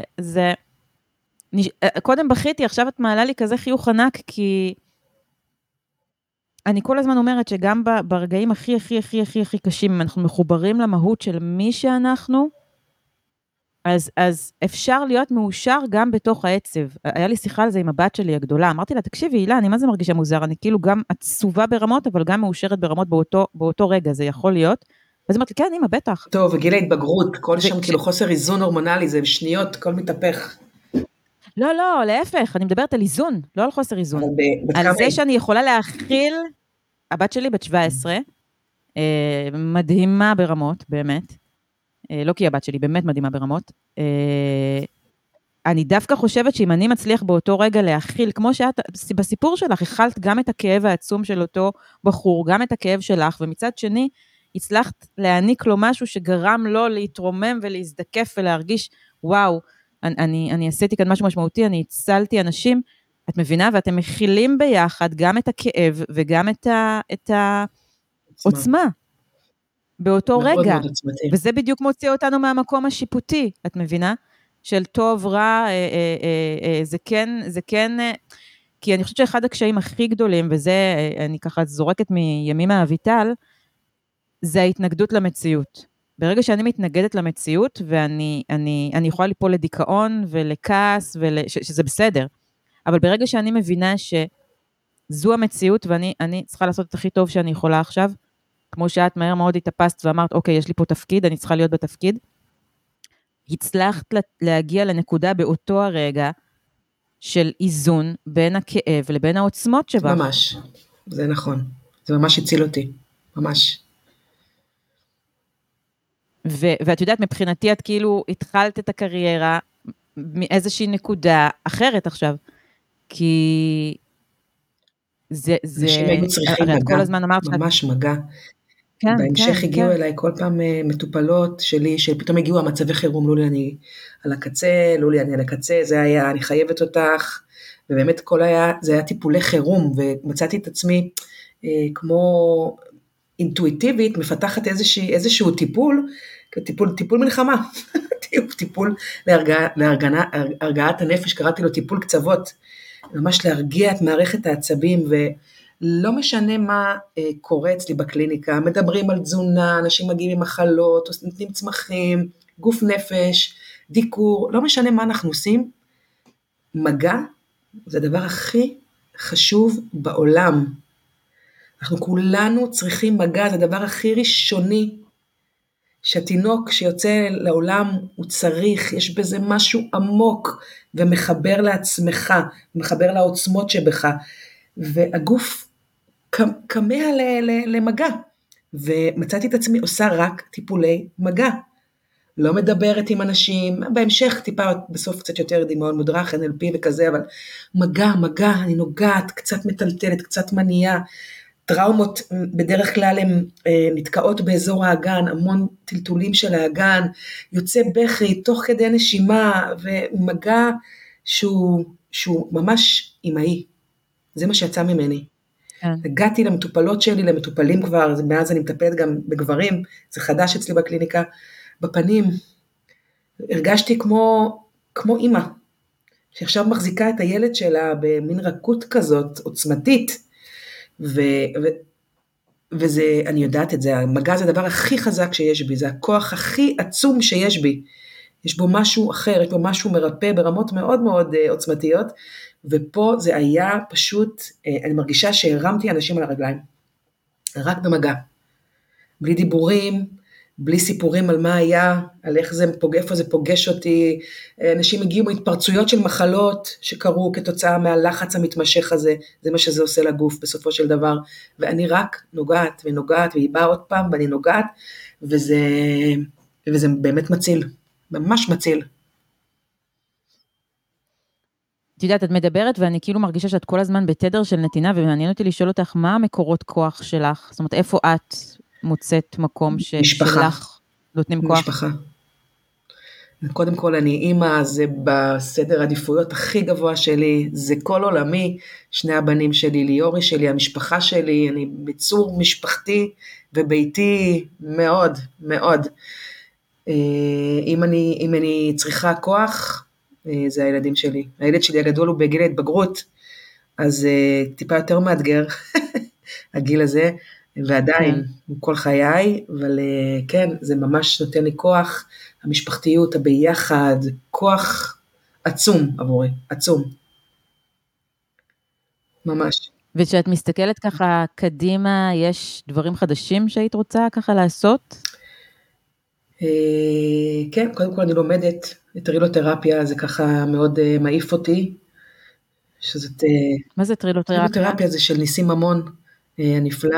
קודם בכיתי, עכשיו את מעלה לי כזה חיוך ענק, כי אני כל הזמן אומרת שגם ברגעים הכי קשים, אם אנחנו מחוברים למהות של מי שאנחנו, אז אפשר להיות מאושר גם בתוך העצב. היה לי שיחה על זה עם הבת שלי הגדולה, אמרתי לה, תקשיבי, הילה, אני מה זה מרגישה מוזר, אני כאילו גם עצובה ברמות, אבל גם מאושרת ברמות באותו רגע, זה יכול להיות. אז אמרתי, כן, אמא, בטח. טוב, וגיל ההתבגרות, כל שם כאילו חוסר איזון הורמונלי, זה בשניות, כל מתהפך. לא, להפך, אני מדברת על איזון, לא על חוסר איזון. על זה שאני יכולה להכיל, הבת שלי בת 17, מדהימה ברמות, באמת. לא כי הבת שלי, באמת מדהימה ברמות. אני דווקא חושבת שאם אני מצליח באותו רגע להכיל, כמו שאת, בסיפור שלך, הכלת גם את הכאב העצום של אותו בחור, גם את הכאב שלך, ומצד שני, הצלחת להעניק לו משהו שגרם לו להתרומם ולהזדקף ולהרגיש, וואו, אני עשיתי כאן משהו משמעותי, אני הצלתי אנשים, את מבינה? ואתם מכילים ביחד גם את הכאב וגם את העוצמה באותו רגע. וזה בדיוק מוציא אותנו מהמקום השיפוטי, את מבינה? של טוב, רע, זה כן, כי אני חושבת שאחד הקשיים הכי גדולים, וזה אני ככה זורקת מימים האביטל, זה ההתנגדות למציאות. ברגע שאני מתנגדת למציאות, ואני יכולה ליפול לדיכאון ולכעס, שזה בסדר. אבל ברגע שאני מבינה זו המציאות, ואני צריכה לעשות את הכי טוב שאני יכולה עכשיו, כמו שאת מהר מאוד התאפסת ואמרת, אוקיי, יש לי פה תפקיד, אני צריכה להיות בתפקיד. הצלחת להגיע לנקודה באותו הרגע, של איזון בין הכאב לבין העוצמות שבך. ממש, זה נכון. זה ממש הציל אותי, ממש. ואת יודעת, מבחינתי את כאילו התחלת את הקריירה מאיזושהי נקודה אחרת עכשיו, כי זה אנשים היו צריכים מגע, כל הזמן אמרת ממש מגע. כן, בהמשך כן, הגיעו כן. אליי כל פעם מטופלות שלי, שפתאום הגיעו המצבי חירום, לולי אני על הקצה, לולי אני על הקצה, זה היה, אני חייבת אותך, ובאמת זה היה טיפולי חירום, ומצאתי את עצמי כמו אינטואיטיבית, מפתחת איזשהו טיפול מלחמה, טיפול להרגעת הנפש, קראתי לו טיפול קצוות, ממש להרגיע את מערכת העצבים, ולא משנה מה קורה אצלי בקליניקה, מדברים על תזונה, אנשים מגיעים עם מחלות, נותנים צמחים, גוף נפש, דיקור, לא משנה מה אנחנו עושים, מגע זה הדבר הכי חשוב בעולם. אנחנו כולנו צריכים מגע, זה הדבר הכי ראשוני, שהתינוק שיוצא לעולם הוא צריך, יש בזה משהו עמוק, ומחבר לעצמך, מחבר לעוצמות שבך, והגוף כמה למגע, ומצאתי את עצמי עושה רק טיפולי מגע, לא מדברת עם אנשים, בהמשך טיפה בסוף קצת יותר דמיון מודרך, NLP וכזה, אבל מגע, אני נוגעת, קצת מטלטלת, קצת מניעה, טראומות בדרך כלל הן נתקעות באזור האגן, המון טלטולים של האגן, יוצא בכי תוך כדי נשימה, ומגע שהוא ממש אימהי, זה מה שיצא ממני. הגעתי למטופלות שלי, למטופלים כבר, מאז אני מטפלת גם בגברים, זה חדש אצלי בקליניקה, בפנים, הרגשתי כמו אימא, שעכשיו מחזיקה את הילד שלה במין רכות כזאת, עוצמתית, וזה, אני יודעת את זה, המגע זה הדבר הכי חזק שיש בי, זה הכוח הכי עצום שיש בי, יש בו משהו אחר, יש בו משהו מרפא ברמות מאוד מאוד עוצמתיות, ופה זה היה פשוט, אני מרגישה שהרמתי אנשים על הרגליים, רק במגע, בלי דיבורים, בלי סיפורים על מה היה, על איפה זה פוגש אותי, אנשים הגיעו מהתפרצויות של מחלות שקרו כתוצאה מהלחץ המתמשך הזה, זה מה שזה עושה לגוף בסופו של דבר, ואני רק נוגעת ונוגעת, והיא באה עוד פעם ואני נוגעת, וזה באמת מציל, ממש מציל. את יודעת, את מדברת ואני כאילו מרגישה שאת כל הזמן בתדר של נתינה, ומעניין אותי לשאול אותך מה המקורות כוח שלך, זאת אומרת איפה את מוצאת מקום שלך נותנים כוח? משפחה. קודם כל אני אימא, זה בסדר עדיפויות הכי גבוה שלי, זה כל עולמי, שני הבנים שלי, ליאורי שלי, המשפחה שלי, אני בצור משפחתי וביתי מאוד מאוד. אם אני צריכה כוח, זה הילדים שלי. הילד שלי הגדול הוא בגיל ההתבגרות, אז טיפה יותר מאתגר, הגיל הזה, ועדיין, הוא כל חיי, אבל כן, זה ממש נותן לי כוח, המשפחתיות, הביחד, כוח עצום עבורי, עצום. ממש. וכשאת מסתכלת ככה קדימה, יש דברים חדשים שהיית רוצה ככה לעשות? כן, קודם כל אני לומדת, טרילותרפיה, זה ככה מאוד מעיף אותי, שזאת... מה זה טרילותרפיה? טרילותרפיה זה של ניסים ממון, הנפלא,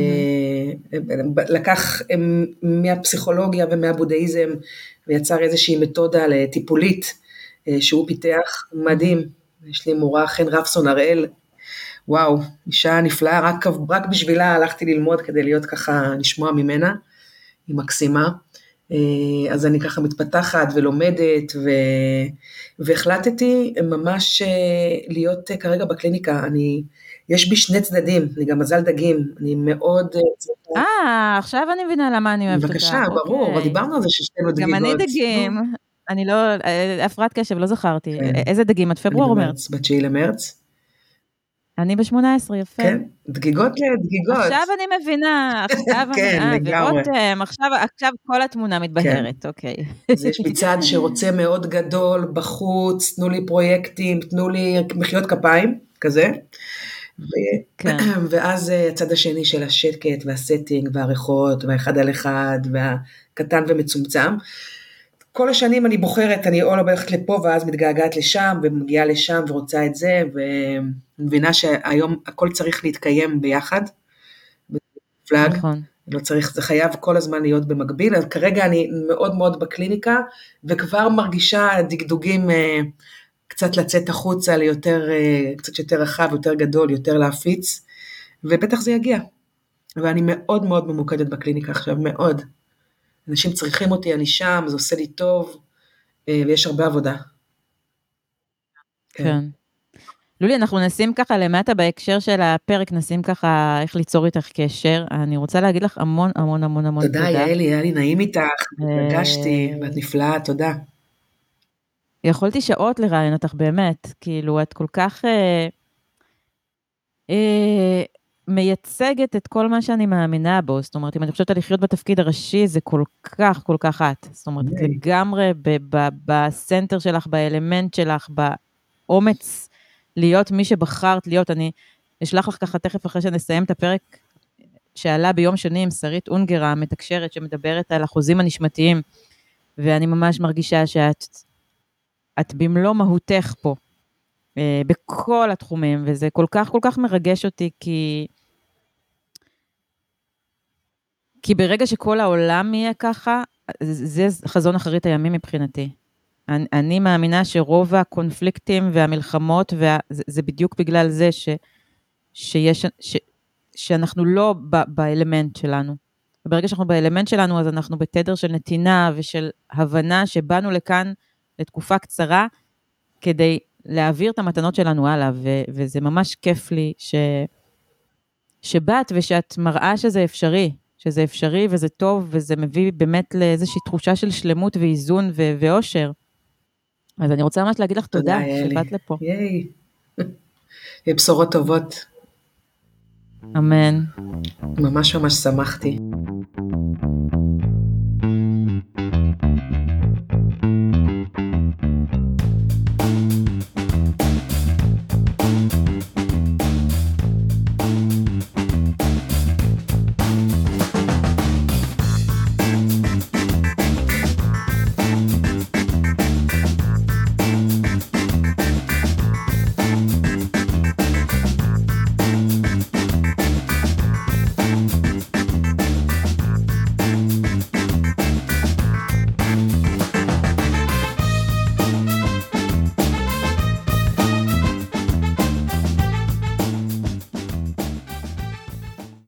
שלקח מהפסיכולוגיה ומהבודהיזם, ויצר איזושהי מתודה לטיפולית, שהוא פיתח, מדהים, יש לי מורה חן רפסון הראל, וואו, אישה נפלאה, רק בשבילה הלכתי ללמוד, כדי להיות ככה, לשמוע ממנה, היא מקסימה, אז אני ככה מתפתחת ולומדת, והחלטתי ממש להיות כרגע בקליניקה, יש בי שני צדדים, אני גם מזל דגים, אני מאוד... עכשיו אני מבינה למה אני אוהבת אותך. בבקשה, ברור, דיברנו על זה ששתינו דגיגות. גם אני דגים, אני לא, הפרעת קשב, לא זכרתי. איזה דגים, את פברואר או מרץ? ב9 למרץ. אני ב-18, יפה. כן, דגיגות לדגיגות. עכשיו אני מבינה, כן, לגמרי. ורותם, עכשיו כל התמונה מתבהרת, אוקיי. אז יש בי צד שרוצה מאוד גדול, בחוץ, תנו לי פרויקטים, תנו לי מחיאות כפיים, כזה. כן. ואז הצד השני של השקט והסטינג והריחות והאחד על אחד והקטן ומצומצם. כל השנים אני בוחרת, אני או לא הולכת לפה ואז מתגעגעת לשם ומגיעה לשם ורוצה את זה, ומבינה שהיום הכל צריך להתקיים ביחד, פלאג, נכון. לא צריך, זה חייב כל הזמן להיות במקביל, אז כרגע אני מאוד מאוד בקליניקה, וכבר מרגישה דגדוגים קצת לצאת החוצה ליותר, קצת יותר רחב, יותר גדול, יותר להפיץ, ובטח זה יגיע. ואני מאוד מאוד ממוקדת בקליניקה עכשיו, מאוד. אנשים צריכים אותי, אני שם, זה עושה לי טוב, ויש הרבה עבודה. כן. לולי, אנחנו נשים ככה למטה בהקשר של הפרק, נשים ככה איך ליצור איתך קשר. אני רוצה להגיד לך המון המון המון המון תודה. תודה, יעלי, היה לי נעים איתך, התרגשתי, ואת נפלאה, תודה. יכולתי שעות לראיין אותך באמת, כאילו את כל כך מייצגת את כל מה שאני מאמינה בו, זאת אומרת, אם אני חושבת על לחיות בתפקיד הראשי, זה כל כך כל כך את, זאת אומרת, לגמרי בסנטר שלך, באלמנט שלך, באומץ להיות מי שבחרת להיות, אני אשלח לך ככה תכף אחרי שנסיים את הפרק, שעלה ביום שני עם שרית אונגרה, המתקשרת שמדברת על החוזים הנשמתיים, ואני ממש מרגישה שאת במלוא מהותך פה, בכל התחומים, וזה כל כך כל כך מרגש אותי, כי ברגע שכל העולם יהיה ככה, זה חזון אחרית הימים מבחינתי. אני מאמינה שרוב הקונפליקטים והמלחמות, זה בדיוק בגלל זה שאנחנו לא באלמנט שלנו. וברגע שאנחנו באלמנט שלנו, אז אנחנו בתדר של נתינה ושל הבנה שבאנו לכאן לתקופה קצרה, כדי להעביר את המתנות שלנו הלאה, וזה ממש כיף לי שבאת ושאת מראה שזה אפשרי וזה טוב, וזה מביא באמת לאיזושהי תחושה של שלמות ואיזון ואושר. אז אני רוצה ממש להגיד לך תודה שבאת לפה. ייי. בשורות טובות. אמן. ממש ממש שמחתי.